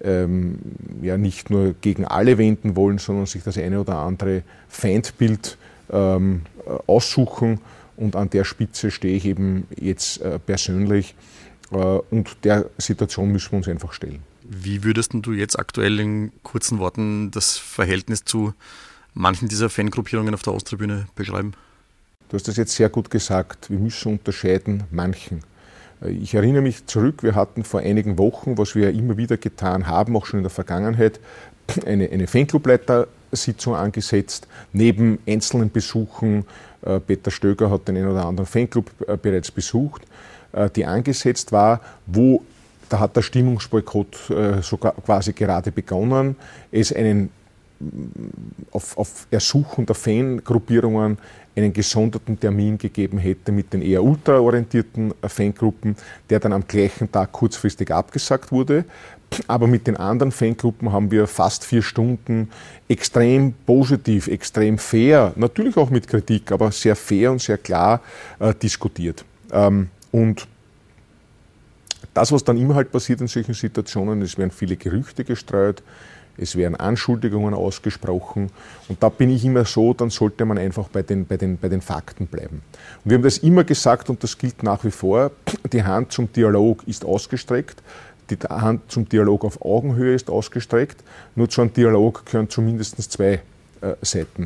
ja nicht nur gegen alle wenden wollen, sondern sich das eine oder andere Feindbild aussuchen. Und an der Spitze stehe ich eben jetzt persönlich. Und der Situation müssen wir uns einfach stellen.
Wie würdest du jetzt aktuell in kurzen Worten das Verhältnis zu manchen dieser Fangruppierungen auf der Osttribüne beschreiben?
Du hast das jetzt sehr gut gesagt. Wir müssen unterscheiden manchen. Ich erinnere mich zurück, wir hatten vor einigen Wochen, was wir immer wieder getan haben, auch schon in der Vergangenheit, eine Fanclubleitersitzung angesetzt, neben einzelnen Besuchen. Peter Stöger hat den einen oder anderen Fanclub bereits besucht, die angesetzt war, da hat der Stimmungsboykott sogar quasi gerade begonnen, es auf Ersuchen der Fangruppierungen einen gesonderten Termin gegeben hätte mit den eher ultraorientierten Fangruppen, der dann am gleichen Tag kurzfristig abgesagt wurde. Aber mit den anderen Fangruppen haben wir fast 4 Stunden extrem positiv, extrem fair, natürlich auch mit Kritik, aber sehr fair und sehr klar diskutiert. Und das, was dann immer halt passiert in solchen Situationen, es werden viele Gerüchte gestreut, es werden Anschuldigungen ausgesprochen, und da bin ich immer so, dann sollte man einfach bei den Fakten bleiben. Und wir haben das immer gesagt, und das gilt nach wie vor, die Hand zum Dialog ist ausgestreckt, die Hand zum Dialog auf Augenhöhe ist ausgestreckt, nur zu einem Dialog gehören zumindest 2 Seiten.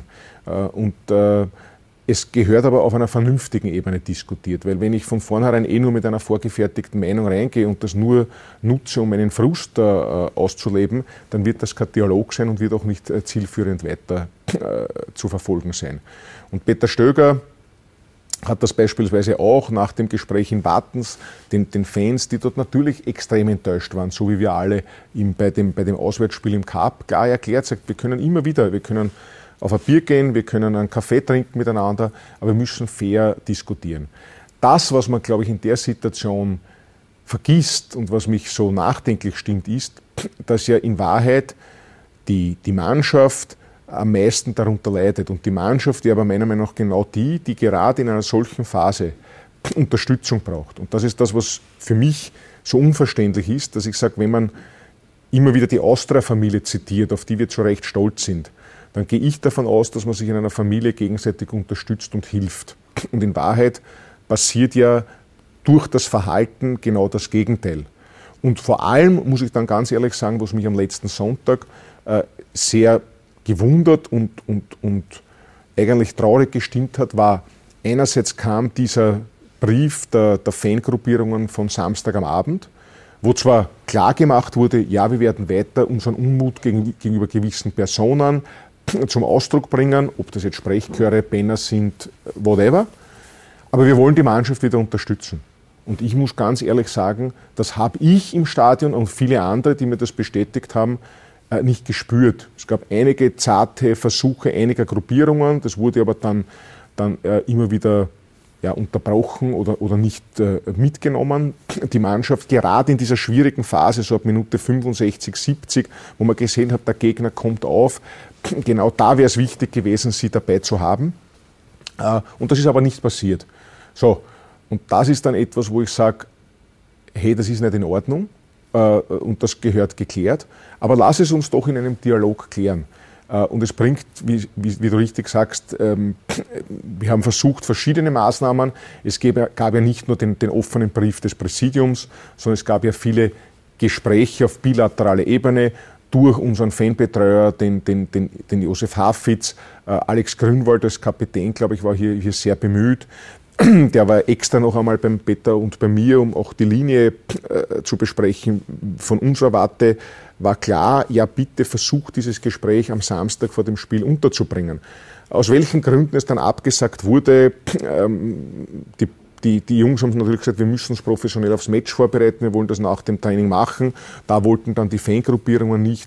Es gehört aber auf einer vernünftigen Ebene diskutiert, weil wenn ich von vornherein nur mit einer vorgefertigten Meinung reingehe und das nur nutze, um meinen Frust auszuleben, dann wird das kein Dialog sein und wird auch nicht zielführend weiter zu verfolgen sein. Und Peter Stöger hat das beispielsweise auch nach dem Gespräch in Wattens den Fans, die dort natürlich extrem enttäuscht waren, so wie wir alle bei dem Auswärtsspiel im Cup, klar erklärt, sagt, wir können auf ein Bier gehen, wir können einen Kaffee trinken miteinander, aber wir müssen fair diskutieren. Das, was man, glaube ich, in der Situation vergisst und was mich so nachdenklich stimmt, ist, dass ja in Wahrheit die Mannschaft am meisten darunter leidet. Und die Mannschaft, die aber meiner Meinung nach genau die gerade in einer solchen Phase Unterstützung braucht. Und das ist das, was für mich so unverständlich ist, dass ich sage, wenn man immer wieder die Austria-Familie zitiert, auf die wir zu Recht stolz sind, dann gehe ich davon aus, dass man sich in einer Familie gegenseitig unterstützt und hilft. Und in Wahrheit passiert ja durch das Verhalten genau das Gegenteil. Und vor allem, muss ich dann ganz ehrlich sagen, was mich am letzten Sonntag sehr gewundert und eigentlich traurig gestimmt hat, war, einerseits kam dieser Brief der Fangruppierungen von Samstag am Abend, wo zwar klar gemacht wurde, ja, wir werden weiter unseren Unmut gegenüber gewissen Personen zum Ausdruck bringen, ob das jetzt Sprechchöre, Banner sind, whatever, aber wir wollen die Mannschaft wieder unterstützen. Und ich muss ganz ehrlich sagen, das habe ich im Stadion und viele andere, die mir das bestätigt haben, nicht gespürt. Es gab einige zarte Versuche einiger Gruppierungen, das wurde aber dann immer wieder unterbrochen oder nicht mitgenommen. Die Mannschaft gerade in dieser schwierigen Phase, so ab Minute 65, 70, wo man gesehen hat, der Gegner kommt auf, genau da wäre es wichtig gewesen, sie dabei zu haben. Und das ist aber nicht passiert. So, und das ist dann etwas, wo ich sage, hey, das ist nicht in Ordnung und das gehört geklärt, aber lass es uns doch in einem Dialog klären. Und es bringt, wie du richtig sagst, wir haben versucht, verschiedene Maßnahmen. Es gab ja nicht nur den offenen Brief des Präsidiums, sondern es gab ja viele Gespräche auf bilateraler Ebene durch unseren Fanbetreuer, den Josef Hafitz. Alex Grünwald als Kapitän, glaube ich, war hier sehr bemüht. Der war extra noch einmal beim Peter und bei mir, um auch die Linie zu besprechen. Von unserer Warte war klar, ja bitte versucht dieses Gespräch am Samstag vor dem Spiel unterzubringen. Aus welchen Gründen es dann abgesagt wurde, die Jungs haben natürlich gesagt, wir müssen uns professionell aufs Match vorbereiten, wir wollen das nach dem Training machen. Da wollten dann die Fangruppierungen nicht.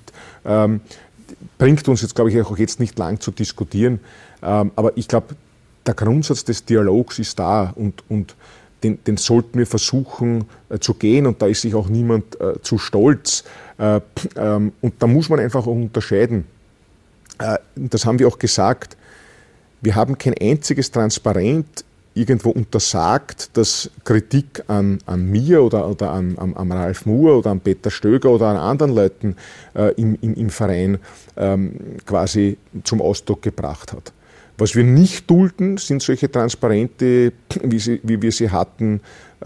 Bringt uns jetzt, glaube ich, auch jetzt nicht lang zu diskutieren. Aber ich glaube, der Grundsatz des Dialogs ist da und den sollten wir versuchen zu gehen und da ist sich auch niemand zu stolz. Und da muss man einfach auch unterscheiden. Das haben wir auch gesagt. Wir haben kein einziges Transparent irgendwo untersagt, dass Kritik an mir oder am Ralf Muhr oder an Peter Stöger oder an anderen Leuten im Verein quasi zum Ausdruck gebracht hat. Was wir nicht dulden, sind solche Transparente, wie wir sie hatten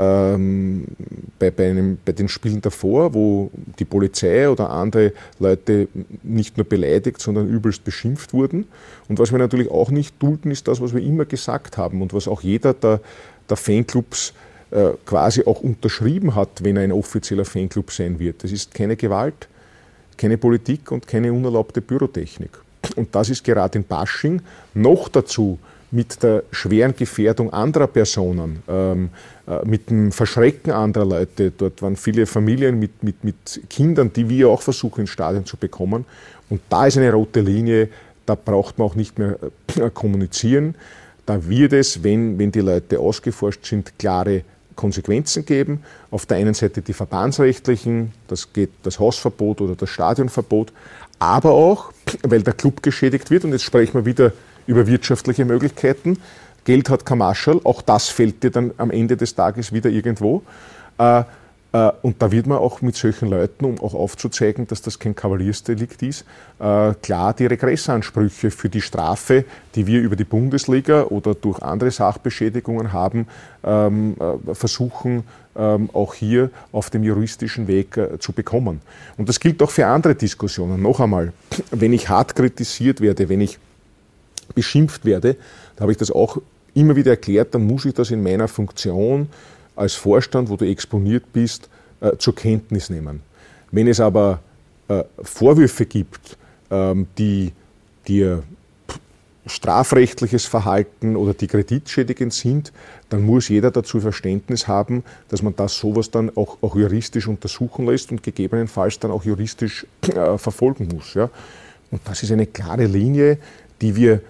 bei den Spielen davor, wo die Polizei oder andere Leute nicht nur beleidigt, sondern übelst beschimpft wurden. Und was wir natürlich auch nicht dulden, ist das, was wir immer gesagt haben und was auch jeder der Fanclubs quasi auch unterschrieben hat, wenn er ein offizieller Fanclub sein wird. Das ist keine Gewalt, keine Politik und keine unerlaubte Pyrotechnik. Und das ist gerade in Pasching noch dazu mit der schweren Gefährdung anderer Personen, mit dem Verschrecken anderer Leute. Dort waren viele Familien mit Kindern, die wir auch versuchen, ins Stadion zu bekommen. Und da ist eine rote Linie, da braucht man auch nicht mehr kommunizieren. Da wird es, wenn die Leute ausgeforscht sind, klare Konsequenzen geben. Auf der einen Seite die verbandsrechtlichen, das geht das Hausverbot oder das Stadionverbot, aber auch, weil der Club geschädigt wird, und jetzt sprechen wir wieder über wirtschaftliche Möglichkeiten. Geld hat kein Marschall, auch das fällt dir dann am Ende des Tages wieder irgendwo. Und da wird man auch mit solchen Leuten, um auch aufzuzeigen, dass das kein Kavaliersdelikt ist, klar die Regressansprüche für die Strafe, die wir über die Bundesliga oder durch andere Sachbeschädigungen haben, versuchen auch hier auf dem juristischen Weg zu bekommen. Und das gilt auch für andere Diskussionen. Noch einmal, wenn ich hart kritisiert werde, wenn ich beschimpft werde, da habe ich das auch immer wieder erklärt, dann muss ich das in meiner Funktion als Vorstand, wo du exponiert bist, zur Kenntnis nehmen. Wenn es aber Vorwürfe gibt, die dir strafrechtliches Verhalten oder die kreditschädigend sind, dann muss jeder dazu Verständnis haben, dass man sowas dann auch juristisch untersuchen lässt und gegebenenfalls dann auch juristisch verfolgen muss. Ja? Und das ist eine klare Linie, die wir,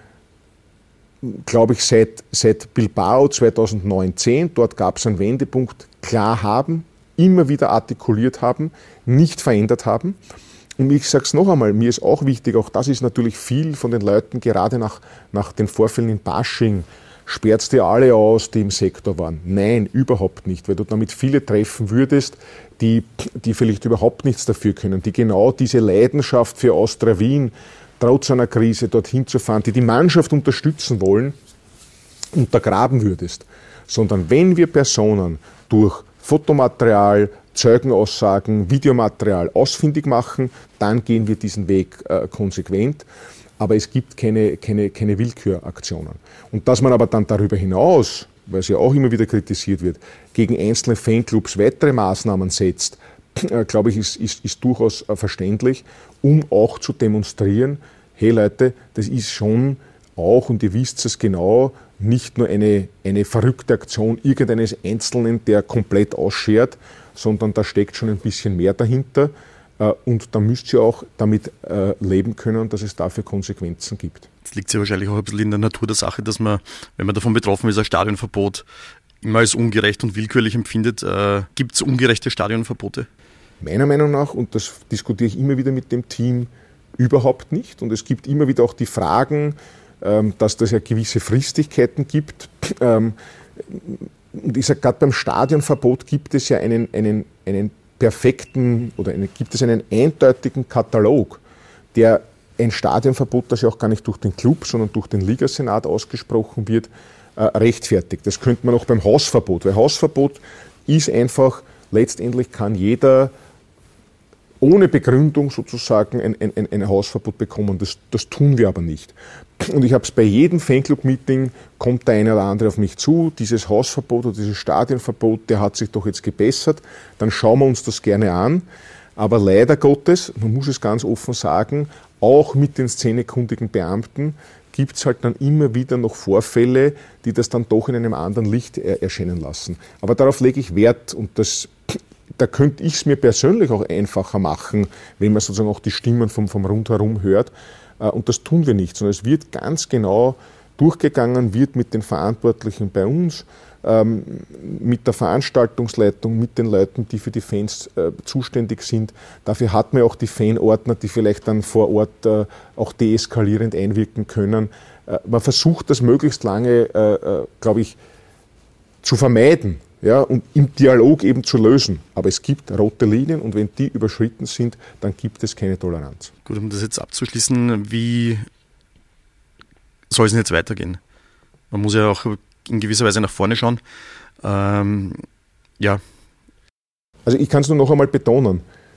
glaube ich, seit Bilbao 2019, dort gab es einen Wendepunkt, klar haben, immer wieder artikuliert haben, nicht verändert haben. Und ich sage es noch einmal, mir ist auch wichtig, auch das ist natürlich viel von den Leuten, gerade nach den Vorfällen in Pasching, sperrst du alle aus, die im Sektor waren? Nein, überhaupt nicht, weil du damit viele treffen würdest, die vielleicht überhaupt nichts dafür können, die genau diese Leidenschaft für Austria Wien, trotz einer Krise dorthin zu fahren, die Mannschaft unterstützen wollen, untergraben würdest. Sondern wenn wir Personen durch Fotomaterial, Zeugenaussagen, Videomaterial ausfindig machen, dann gehen wir diesen Weg konsequent. Aber es gibt keine Willküraktionen. Und dass man aber dann darüber hinaus, weil es ja auch immer wieder kritisiert wird, gegen einzelne Fanclubs weitere Maßnahmen setzt, glaube ich, ist durchaus verständlich, um auch zu demonstrieren, hey Leute, das ist schon auch, und ihr wisst es genau, nicht nur eine verrückte Aktion irgendeines Einzelnen, der komplett ausschert, sondern da steckt schon ein bisschen mehr dahinter. Und da müsst ihr auch damit leben können, dass es dafür Konsequenzen gibt.
Das liegt ja wahrscheinlich auch ein bisschen in der Natur der Sache, dass man, wenn man davon betroffen ist, ein Stadionverbot immer als ungerecht und willkürlich empfindet. Gibt es ungerechte Stadionverbote?
Meiner Meinung nach, und das diskutiere ich immer wieder mit dem Team, überhaupt nicht. Und es gibt immer wieder auch die Fragen, dass es ja gewisse Fristigkeiten gibt. Und ich sage, gerade beim Stadionverbot gibt es ja einen perfekten oder gibt es einen eindeutigen Katalog, der ein Stadionverbot, das ja auch gar nicht durch den Club, sondern durch den Ligasenat ausgesprochen wird, rechtfertigt. Das könnte man auch beim Hausverbot, weil Hausverbot ist einfach, letztendlich kann jeder ohne Begründung sozusagen ein Hausverbot bekommen. Das tun wir aber nicht. Und ich habe es bei jedem Fanclub-Meeting, kommt der eine oder andere auf mich zu, dieses Hausverbot oder dieses Stadionverbot, der hat sich doch jetzt gebessert, dann schauen wir uns das gerne an. Aber leider Gottes, man muss es ganz offen sagen, auch mit den szenekundigen Beamten gibt es halt dann immer wieder noch Vorfälle, die das dann doch in einem anderen Licht erscheinen lassen. Aber darauf lege ich Wert und da könnte ich es mir persönlich auch einfacher machen, wenn man sozusagen auch die Stimmen vom Rundherum hört. Und das tun wir nicht, sondern es wird ganz genau durchgegangen, wird mit den Verantwortlichen bei uns, mit der Veranstaltungsleitung, mit den Leuten, die für die Fans zuständig sind. Dafür hat man auch die Fanordner, die vielleicht dann vor Ort auch deeskalierend einwirken können. Man versucht das möglichst lange, glaube ich, zu vermeiden, ja, und im Dialog eben zu lösen. Aber es gibt rote Linien und wenn die überschritten sind, dann gibt es keine Toleranz.
Gut, um das jetzt abzuschließen, wie soll es denn jetzt weitergehen? Man muss ja auch in gewisser Weise nach vorne schauen. Ja.
Also ich kann es nur noch einmal betonen.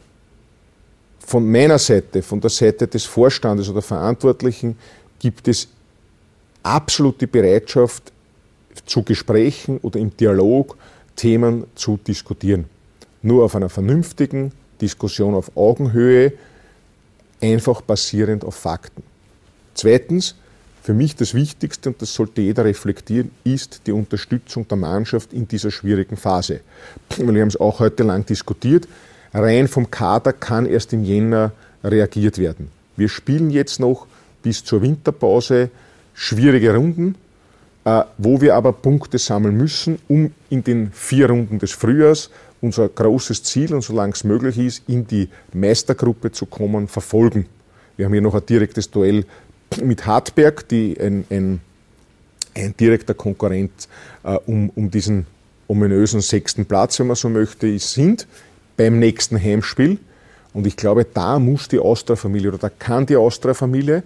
Von meiner Seite, von der Seite des Vorstandes oder Verantwortlichen gibt es absolut die Bereitschaft, zu Gesprächen oder im Dialog Themen zu diskutieren. Nur auf einer vernünftigen Diskussion auf Augenhöhe, einfach basierend auf Fakten. Zweitens, für mich das Wichtigste, und das sollte jeder reflektieren, ist die Unterstützung der Mannschaft in dieser schwierigen Phase. Wir haben es auch heute lang diskutiert. Rein vom Kader kann erst im Jänner reagiert werden. Wir spielen jetzt noch bis zur Winterpause schwierige Runden, wo wir aber Punkte sammeln müssen, um in den 4 Runden des Frühjahrs unser großes Ziel, und solange es möglich ist, in die Meistergruppe zu kommen, verfolgen. Wir haben hier noch ein direktes Duell mit Hartberg, die ein direkter Konkurrent um diesen ominösen 6. Platz, wenn man so möchte, sind beim nächsten Heimspiel. Und ich glaube, da muss die Austria-Familie oder da kann die Austria-Familie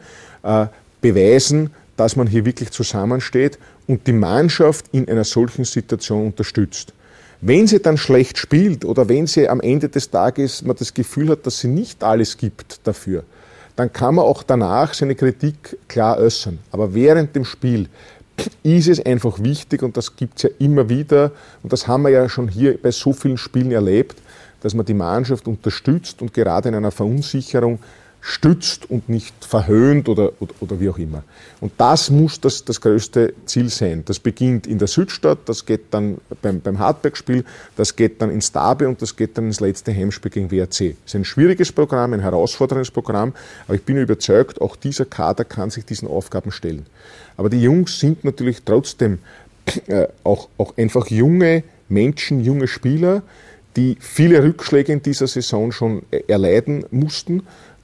beweisen, dass man hier wirklich zusammensteht und die Mannschaft in einer solchen Situation unterstützt. Wenn sie dann schlecht spielt oder wenn sie am Ende des Tages man das Gefühl hat, dass sie nicht alles gibt dafür, dann kann man auch danach seine Kritik klar äußern. Aber während dem Spiel ist es einfach wichtig, und das gibt es ja immer wieder, und das haben wir ja schon hier bei so vielen Spielen erlebt, dass man die Mannschaft unterstützt und gerade in einer Verunsicherung stützt und nicht verhöhnt oder wie auch immer. Und das muss das größte Ziel sein. Das beginnt in der Südstadt, das geht dann beim Hartberg-Spiel, das geht dann ins Derby und das geht dann ins letzte Heimspiel gegen WRC. Es ist ein schwieriges Programm, ein herausforderndes Programm, aber ich bin überzeugt, auch dieser Kader kann sich diesen Aufgaben stellen. Aber die Jungs sind natürlich trotzdem auch einfach junge Menschen, junge Spieler, die viele Rückschläge in dieser Saison schon erleiden mussten,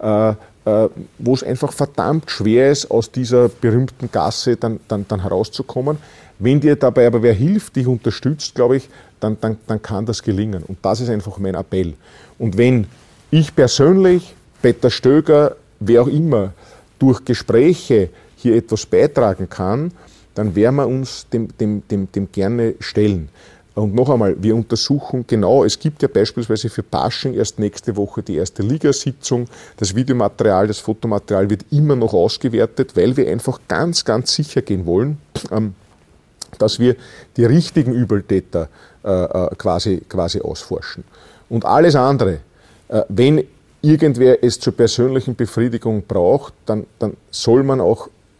wo es einfach verdammt schwer ist, aus dieser berühmten Gasse dann herauszukommen. Wenn dir dabei aber wer hilft, dich unterstützt, glaube ich, dann kann das gelingen. Und das ist einfach mein Appell. Und wenn ich persönlich, Peter Stöger, wer auch immer, durch Gespräche hier etwas beitragen kann, dann werden wir uns dem gerne stellen. Und noch einmal, wir untersuchen genau, es gibt ja beispielsweise für Pasching erst nächste Woche die erste Ligasitzung. Das Videomaterial, das Fotomaterial wird immer noch ausgewertet, weil wir einfach ganz, ganz sicher gehen wollen, dass wir die richtigen Übeltäter quasi ausforschen. Und alles andere, wenn irgendwer es zur persönlichen Befriedigung braucht, dann soll man auch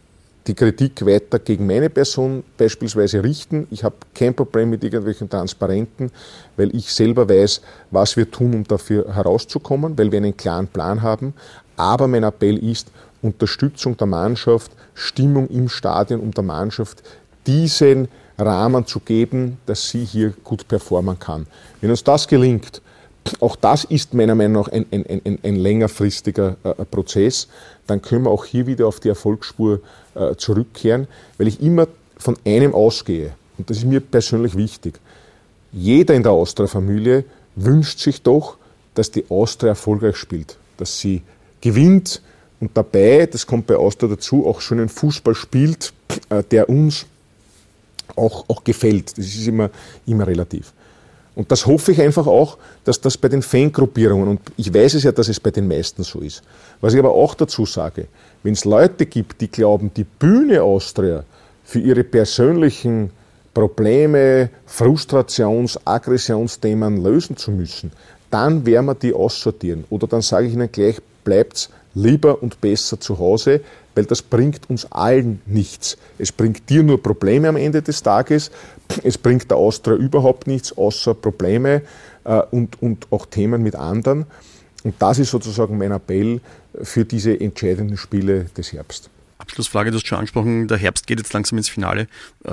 die Kritik weiter gegen meine Person beispielsweise richten. Ich habe kein Problem mit irgendwelchen Transparenten, weil ich selber weiß, was wir tun, um dafür herauszukommen, weil wir einen klaren Plan haben. Aber mein Appell ist, Unterstützung der Mannschaft, Stimmung im Stadion und der Mannschaft, diesen Rahmen zu geben, dass sie hier gut performen kann. Wenn uns das gelingt, auch das ist meiner Meinung nach ein längerfristiger Prozess, dann können wir auch hier wieder auf die Erfolgsspur zurückkehren, weil ich immer von einem ausgehe, und das ist mir persönlich wichtig. Jeder in der Austria-Familie wünscht sich doch, dass die Austria erfolgreich spielt, dass sie gewinnt und dabei, das kommt bei Austria dazu, auch schönen Fußball spielt, der uns auch gefällt. Das ist immer relativ. Und das hoffe ich einfach auch, dass das bei den Fangruppierungen, und ich weiß es ja, dass es bei den meisten so ist. Was ich aber auch dazu sage, wenn es Leute gibt, die glauben, die Bühne Austria für ihre persönlichen Probleme, Frustrations-, Aggressionsthemen lösen zu müssen, dann werden wir die aussortieren. Oder dann sage ich Ihnen gleich, bleibt's lieber und besser zu Hause, weil das bringt uns allen nichts. Es bringt dir nur Probleme am Ende des Tages, es bringt der Austria überhaupt nichts, außer Probleme und auch Themen mit anderen. Und das ist sozusagen mein Appell für diese entscheidenden Spiele des Herbst.
Abschlussfrage, du hast schon angesprochen, der Herbst geht jetzt langsam ins Finale.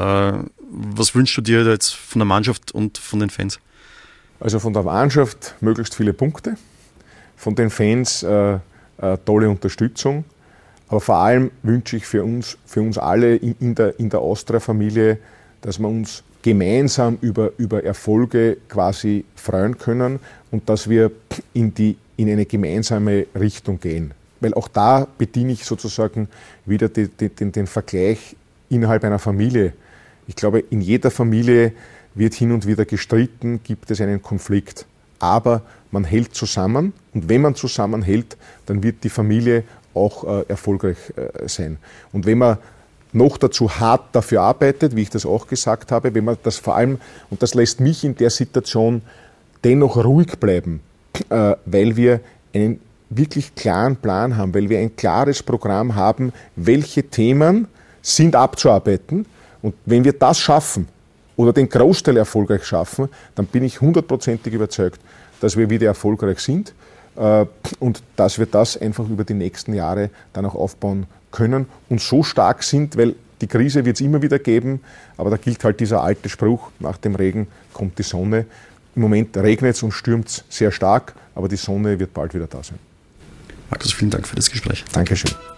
Was wünschst du dir jetzt von der Mannschaft und von den Fans?
Also von der Mannschaft möglichst viele Punkte, von den Fans tolle Unterstützung, aber vor allem wünsche ich für uns alle in der Austria-Familie, dass wir uns gemeinsam über Erfolge quasi freuen können und dass wir in eine gemeinsame Richtung gehen. Weil auch da bediene ich sozusagen wieder den Vergleich innerhalb einer Familie. Ich glaube, in jeder Familie wird hin und wieder gestritten, gibt es einen Konflikt. Aber man hält zusammen und wenn man zusammenhält, dann wird die Familie auch erfolgreich sein. Und wenn man noch dazu hart dafür arbeitet, wie ich das auch gesagt habe, wenn man das vor allem, und das lässt mich in der Situation dennoch ruhig bleiben, weil wir einen wirklich klaren Plan haben, weil wir ein klares Programm haben, welche Themen sind abzuarbeiten. Und wenn wir das schaffen oder den Großteil erfolgreich schaffen, dann bin ich 100%ig überzeugt, dass wir wieder erfolgreich sind und dass wir das einfach über die nächsten Jahre dann auch aufbauen können und so stark sind, weil die Krise wird es immer wieder geben, aber da gilt halt dieser alte Spruch, nach dem Regen kommt die Sonne. Im Moment regnet es und stürmt es sehr stark, aber die Sonne wird bald wieder da sein.
Markus, vielen Dank für das Gespräch.
Dankeschön.